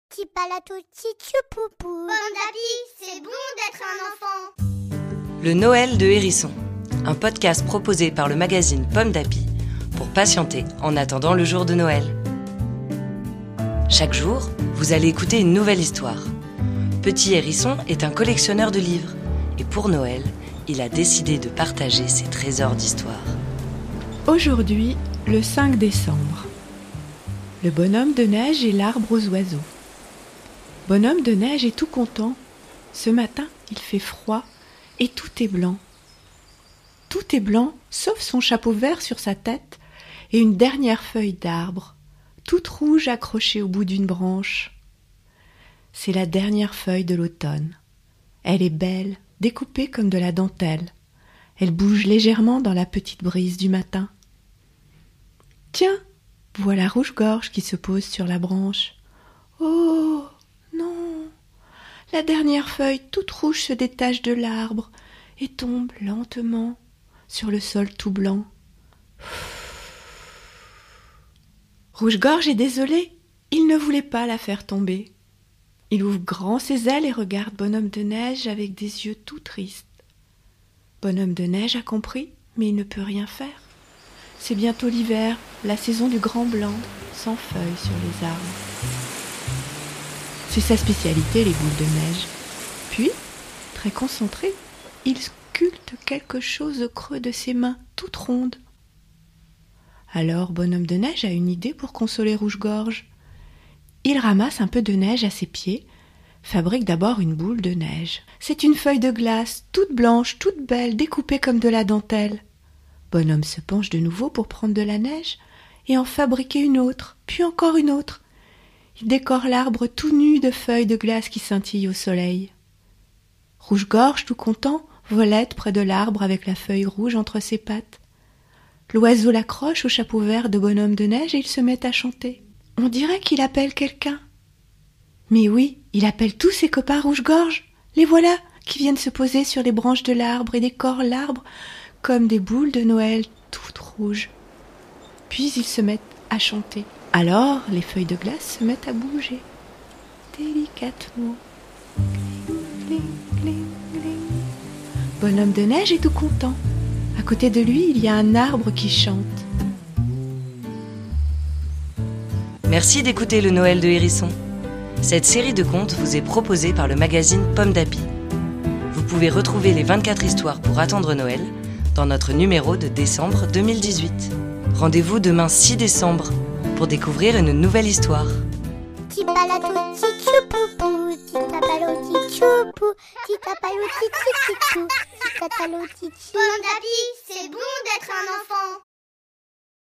Petit palato, petit poupou. Pomme d'Api, c'est bon d'être un enfant. Le Noël de Hérisson, un podcast proposé par le magazine Pomme d'Api pour patienter en attendant le jour de Noël. Chaque jour, vous allez écouter une nouvelle histoire. Petit Hérisson est un collectionneur de livres et pour Noël, il a décidé de partager ses trésors d'histoire. Aujourd'hui, le 5 décembre. Le bonhomme de neige et l'arbre aux oiseaux. Bonhomme de neige est tout content. Ce matin, il fait froid et tout est blanc. Tout est blanc, sauf son chapeau vert sur sa tête et une dernière feuille d'arbre, toute rouge accrochée au bout d'une branche. C'est la dernière feuille de l'automne. Elle est belle, découpée comme de la dentelle. Elle bouge légèrement dans la petite brise du matin. Tiens, voilà Rouge-Gorge qui se pose sur la branche. Oh non! La dernière feuille toute rouge se détache de l'arbre et tombe lentement sur le sol tout blanc. Rouge-Gorge est désolé, il ne voulait pas la faire tomber. Il ouvre grand ses ailes et regarde Bonhomme de neige avec des yeux tout tristes. Bonhomme de neige a compris, mais il ne peut rien faire. C'est bientôt l'hiver, la saison du grand blanc, sans feuilles sur les arbres. C'est sa spécialité, les boules de neige. Puis, très concentré, il sculpte quelque chose au creux de ses mains, toutes rondes. Alors, Bonhomme de neige a une idée pour consoler Rouge-Gorge. Il ramasse un peu de neige à ses pieds, fabrique d'abord une boule de neige. C'est une feuille de glace, toute blanche, toute belle, découpée comme de la dentelle. Bonhomme se penche de nouveau pour prendre de la neige et en fabriquer une autre, puis encore une autre. Il décore l'arbre tout nu de feuilles de glace qui scintillent au soleil. Rouge-Gorge, tout content, volette près de l'arbre avec la feuille rouge entre ses pattes. L'oiseau l'accroche au chapeau vert de Bonhomme de neige et il se met à chanter. On dirait qu'il appelle quelqu'un. Mais oui, il appelle tous ses copains Rouge-Gorge. Les voilà, qui viennent se poser sur les branches de l'arbre et décorent l'arbre comme des boules de Noël toutes rouges. Puis ils se mettent à chanter. Alors les feuilles de glace se mettent à bouger, délicatement. Cling, cling, cling. Bonhomme de neige est tout content. À côté de lui, il y a un arbre qui chante. Merci d'écouter le Noël de Hérisson. Cette série de contes vous est proposée par le magazine Pomme d'Api. Vous pouvez retrouver les 24 histoires pour attendre Noël dans notre numéro de décembre 2018. Rendez-vous demain 6 décembre pour découvrir une nouvelle histoire. Petit palato, petit poupou. Petit papalo, petit choupou. Petit papalo, petit chou. Petit papalo, petit chou. Pomme d'Api, c'est bon d'être un enfant.